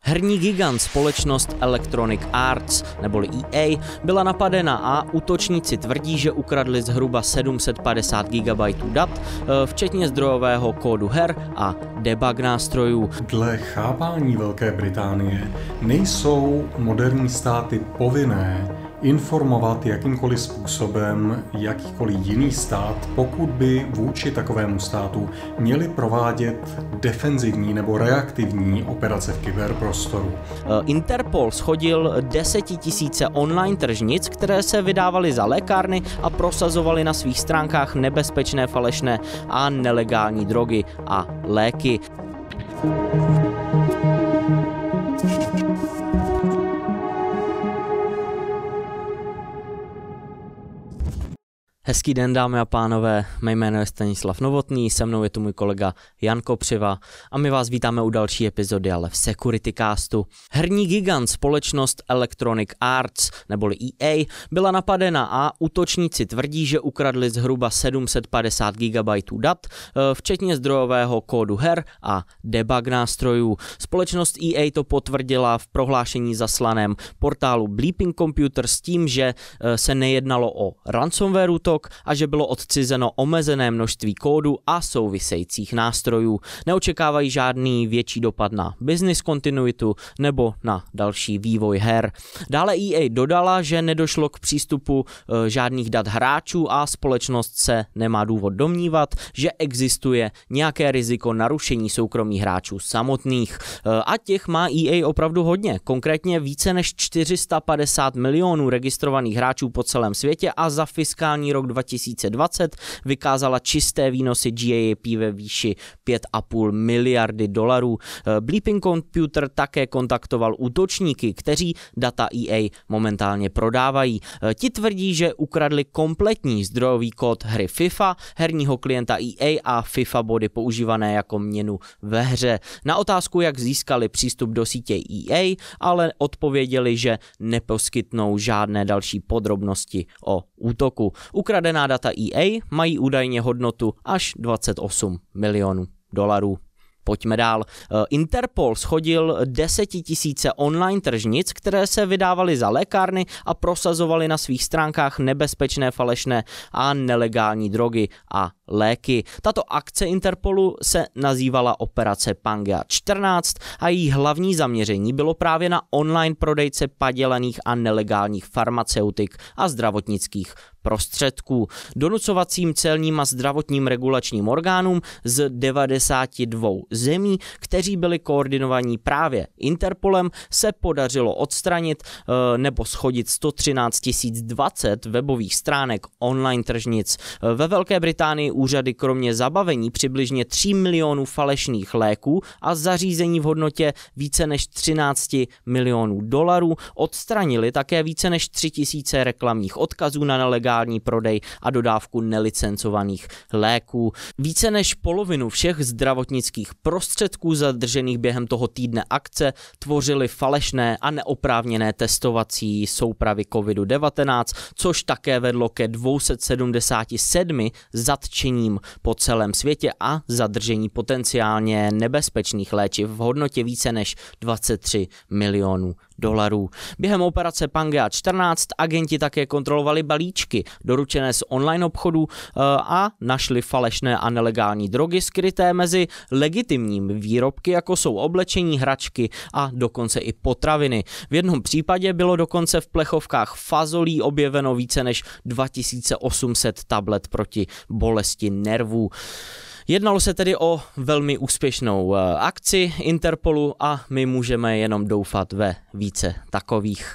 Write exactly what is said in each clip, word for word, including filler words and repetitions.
Herní gigant společnost Electronic Arts neboli E A byla napadena a útočníci tvrdí, že ukradli zhruba sedm set padesát gigabajtů dat, včetně zdrojového kódu her a debug nástrojů. Dle chápání Velké Británie nejsou moderní státy povinné informovat jakýmkoliv způsobem jakýkoliv jiný stát, pokud by vůči takovému státu měli provádět defenzivní nebo reaktivní operace v kyberprostoru. Interpol shodil desetitisíce online tržnic, které se vydávaly za lékárny a prosazovaly na svých stránkách nebezpečné, falešné a nelegální drogy a léky. Hezký den, dámy a pánové, mé jméno je Stanislav Novotný, se mnou je tu můj kolega Jan Kopřiva a my vás vítáme u další epizody, ale v Securitycastu. Herní gigant společnost Electronic Arts neboli E A byla napadena a útočníci tvrdí, že ukradli zhruba sedm set padesát gigabajtů dat, včetně zdrojového kódu her a debug nástrojů. Společnost E A to potvrdila v prohlášení zaslaném portálu Bleeping Computer s tím, že se nejednalo o ransomware útok a že bylo odcizeno omezené množství kódu a souvisejících nástrojů. Neočekávají žádný větší dopad na business kontinuitu nebo na další vývoj her. Dále E A dodala, že nedošlo k přístupu e, žádných dat hráčů a společnost se nemá důvod domnívat, že existuje nějaké riziko narušení soukromí hráčů samotných. E, a těch má E A opravdu hodně, konkrétně více než čtyři sta padesát milionů registrovaných hráčů po celém světě a za fiskální rok dva tisíce dvacet vykázala čisté výnosy G A A P ve výši pět a půl miliardy dolarů. Bleeping Computer také kontaktoval útočníky, kteří data E A momentálně prodávají. Ti tvrdí, že ukradli kompletní zdrojový kód hry FIFA, herního klienta E A a FIFA body používané jako měnu ve hře. Na otázku, jak získali přístup do sítě E A, ale odpověděli, že neposkytnou žádné další podrobnosti o útoku. Ukradená data E A mají údajně hodnotu až dvacet osm milionů dolarů. Pojďme dál. Interpol shodil desetitisíce online tržnic, které se vydávaly za lékárny a prosazovaly na svých stránkách nebezpečné, falešné a nelegální drogy a léky. Tato akce Interpolu se nazývala operace Pangea čtrnáct a její hlavní zaměření bylo právě na online prodejce padělaných a nelegálních farmaceutik a zdravotnických prostředků. Donucovacím celním a zdravotním regulačním orgánům z devadesáti dvou zemí, kteří byli koordinovaní právě Interpolem, se podařilo odstranit e, nebo shodit sto třináct tisíc dvacet webových stránek online tržnic. Ve Velké Británii úřady kromě zabavení přibližně tří milionů falešných léků a zařízení v hodnotě více než třináct milionů dolarů odstranili také více než tři tisíce reklamních odkazů na nelegální prodej a dodávku nelicencovaných léků. Více než polovinu všech zdravotnických prostředků zadržených během toho týdne akce tvořily falešné a neoprávněné testovací soupravy COVID devatenáct, což také vedlo ke dvěma sty sedmdesáti sedmi zatčením po celém světě a zadržení potenciálně nebezpečných léčiv v hodnotě více než dvacet tři milionů dolarů. Během operace Pangea čtrnáct agenti také kontrolovali balíčky doručené z online obchodů a našli falešné a nelegální drogy skryté mezi legitimními výrobky, jako jsou oblečení, hračky a dokonce i potraviny. V jednom případě bylo dokonce v plechovkách fazolí objeveno více než dva tisíce osm set tablet proti bolesti nervů. Jednalo se tedy o velmi úspěšnou akci Interpolu a my můžeme jenom doufat ve více takových.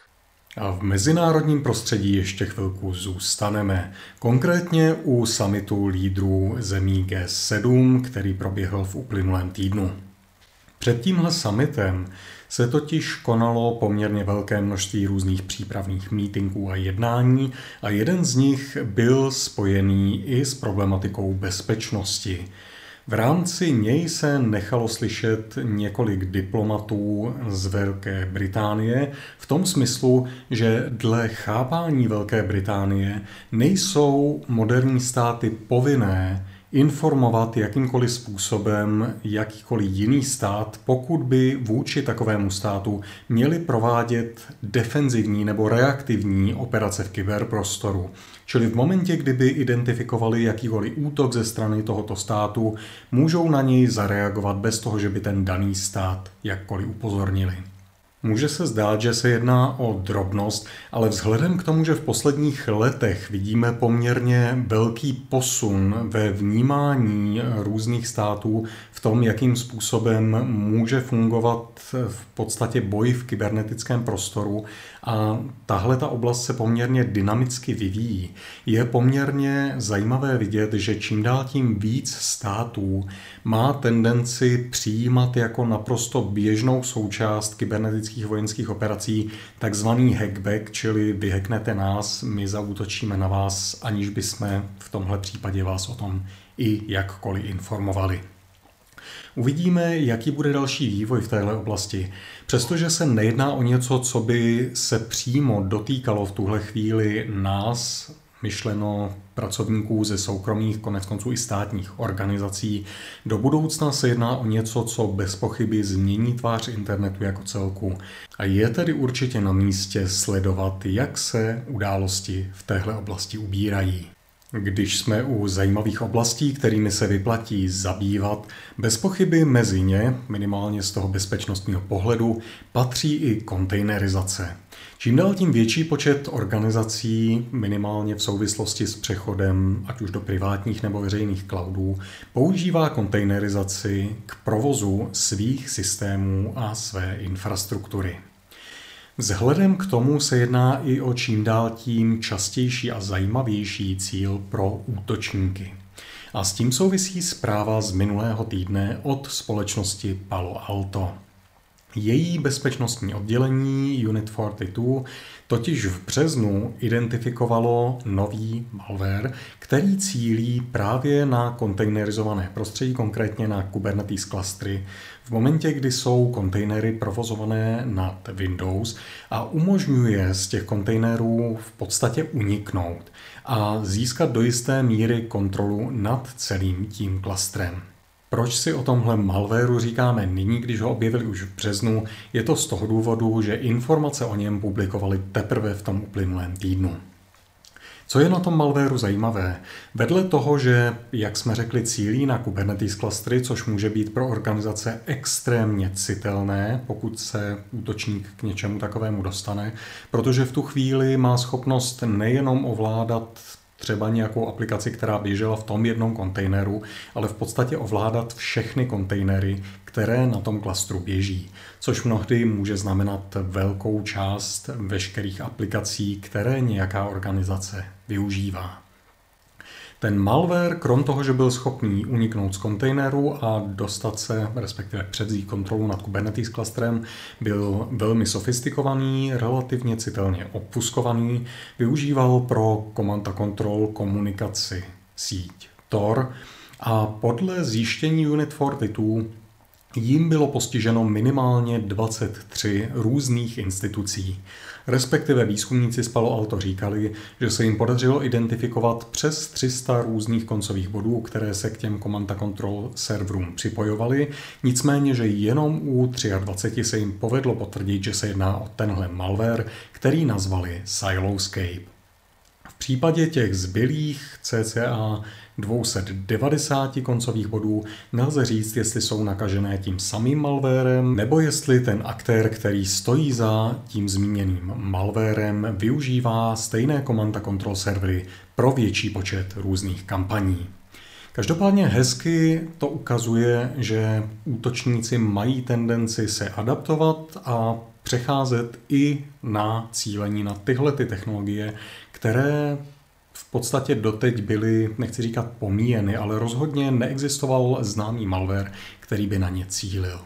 A v mezinárodním prostředí ještě chvilku zůstaneme. Konkrétně u summitu lídrů zemí G sedm, který proběhl v uplynulém týdnu. Před tímhle summitem se totiž konalo poměrně velké množství různých přípravných mítinků a jednání a jeden z nich byl spojený i s problematikou bezpečnosti. V rámci něj se nechalo slyšet několik diplomatů z Velké Británie v tom smyslu, že dle chápání Velké Británie nejsou moderní státy povinné informovat jakýmkoliv způsobem jakýkoliv jiný stát, pokud by vůči takovému státu měli provádět defenzivní nebo reaktivní operace v kyberprostoru. Čili v momentě, kdyby identifikovali jakýkoliv útok ze strany tohoto státu, můžou na něj zareagovat bez toho, že by ten daný stát jakkoliv upozornili. Může se zdát, že se jedná o drobnost, ale vzhledem k tomu, že v posledních letech vidíme poměrně velký posun ve vnímání různých států v tom, jakým způsobem může fungovat v podstatě boj v kybernetickém prostoru a tahle ta oblast se poměrně dynamicky vyvíjí, je poměrně zajímavé vidět, že čím dál tím víc států má tendenci přijímat jako naprosto běžnou součást kybernetických vojenských operací takzvaný hackback, čili vy hacknete nás, my zaútočíme na vás, aniž bychom v tomhle případě vás o tom i jakkoliv informovali. Uvidíme, jaký bude další vývoj v této oblasti. Přestože se nejedná o něco, co by se přímo dotýkalo v tuhle chvíli nás, myšleno pracovníků ze soukromých, koneckonců i státních organizací, do budoucna se jedná o něco, co bez pochyby změní tvář internetu jako celku. A je tedy určitě na místě sledovat, jak se události v téhle oblasti ubírají. Když jsme u zajímavých oblastí, kterými se vyplatí zabývat, bez pochyby mezi ně, minimálně z toho bezpečnostního pohledu, patří i kontejnerizace. Čím dál tím větší počet organizací, minimálně v souvislosti s přechodem, ať už do privátních nebo veřejných cloudů, používá kontejnerizaci k provozu svých systémů a své infrastruktury. Vzhledem k tomu se jedná i o čím dál tím častější a zajímavější cíl pro útočníky. A s tím souvisí zpráva z minulého týdne od společnosti Palo Alto. Její bezpečnostní oddělení Unit čtyřicet dva totiž v březnu identifikovalo nový malware, který cílí právě na kontejnerizované prostředí, konkrétně na Kubernetes klastry, v momentě, kdy jsou kontejnery provozované nad Windows a umožňuje z těch kontejnerů v podstatě uniknout a získat do jisté míry kontrolu nad celým tím klastrem. Proč si o tomhle malwareu říkáme nyní, když ho objevili už v březnu? Je to z toho důvodu, že informace o něm publikovali teprve v tom uplynulém týdnu. Co je na tom malwareu zajímavé? Vedle toho, že, jak jsme řekli, cílí na Kubernetes klastry, což může být pro organizace extrémně citelné, pokud se útočník k něčemu takovému dostane, protože v tu chvíli má schopnost nejenom ovládat třeba nějakou aplikaci, která běžela v tom jednom kontejneru, ale v podstatě ovládat všechny kontejnery, které na tom klastru běží, což mnohdy může znamenat velkou část veškerých aplikací, které nějaká organizace využívá. Ten malware, krom toho, že byl schopný uniknout z kontejneru a dostat se, respektive převzít kontrolu nad Kubernetes klastrem, byl velmi sofistikovaný, relativně citelně obfuskovaný, využíval pro command a control komunikaci síť Tor a podle zjištění Unit čtyřicet dva jím bylo postiženo minimálně dvacet tři různých institucí. Respektive výzkumníci z Palo Alto říkali, že se jim podařilo identifikovat přes tři sta různých koncových bodů, které se k těm command a control serverům připojovaly, nicméně, že jenom u dvacet tři se jim povedlo potvrdit, že se jedná o tenhle malware, který nazvali Siloscape. V případě těch zbylých cca dvě stě devadesát koncových bodů nelze říct, jestli jsou nakažené tím samým malwarem, nebo jestli ten aktér, který stojí za tím zmíněným malwarem, využívá stejné command a control servery pro větší počet různých kampaní. Každopádně hezky to ukazuje, že útočníci mají tendenci se adaptovat a přecházet i na cílení na tyhle ty technologie, které v podstatě doteď byly, nechci říkat pomíjeny, ale rozhodně neexistoval známý malware, který by na ně cílil.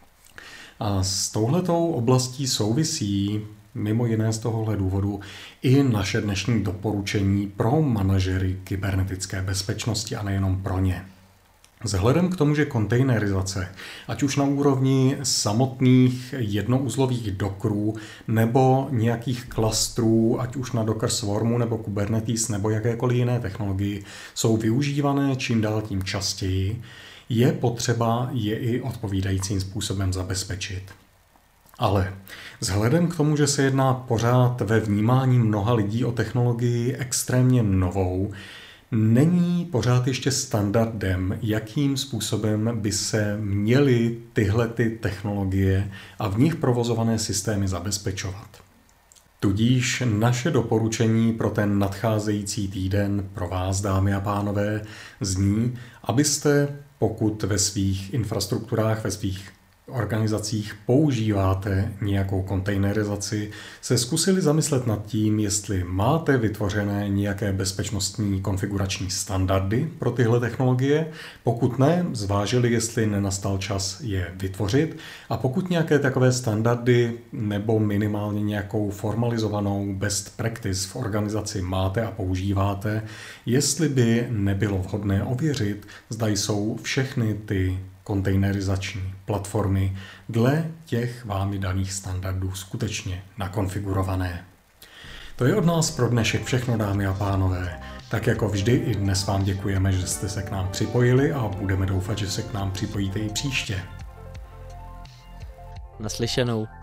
A s touhletou oblastí souvisí mimo jiné z tohohle důvodu i naše dnešní doporučení pro manažery kybernetické bezpečnosti a nejenom pro ně. Vzhledem k tomu, že kontejnerizace, ať už na úrovni samotných jednouzlových dockerů nebo nějakých klastrů, ať už na Docker Swarmu nebo Kubernetes nebo jakékoliv jiné technologii, jsou využívané čím dál tím častěji, je potřeba je i odpovídajícím způsobem zabezpečit. Ale vzhledem k tomu, že se jedná pořád ve vnímání mnoha lidí o technologii extrémně novou, není pořád ještě standardem, jakým způsobem by se měly tyhle ty technologie a v nich provozované systémy zabezpečovat. Tudíž naše doporučení pro ten nadcházející týden pro vás, dámy a pánové, zní, abyste, pokud ve svých infrastrukturách, ve svých organizacích používáte nějakou kontejnerizaci, se zkusili zamyslet nad tím, jestli máte vytvořené nějaké bezpečnostní konfigurační standardy pro tyhle technologie. Pokud ne, zvážili, jestli nenastal čas je vytvořit. A pokud nějaké takové standardy nebo minimálně nějakou formalizovanou best practice v organizaci máte a používáte, jestli by nebylo vhodné ověřit, zda jsou všechny ty kontejnerizační platformy dle těch vámi daných standardů skutečně nakonfigurované. To je od nás pro dnešek všechno, dámy a pánové. Tak jako vždy i dnes vám děkujeme, že jste se k nám připojili a budeme doufat, že se k nám připojíte i příště. Naslyšenou.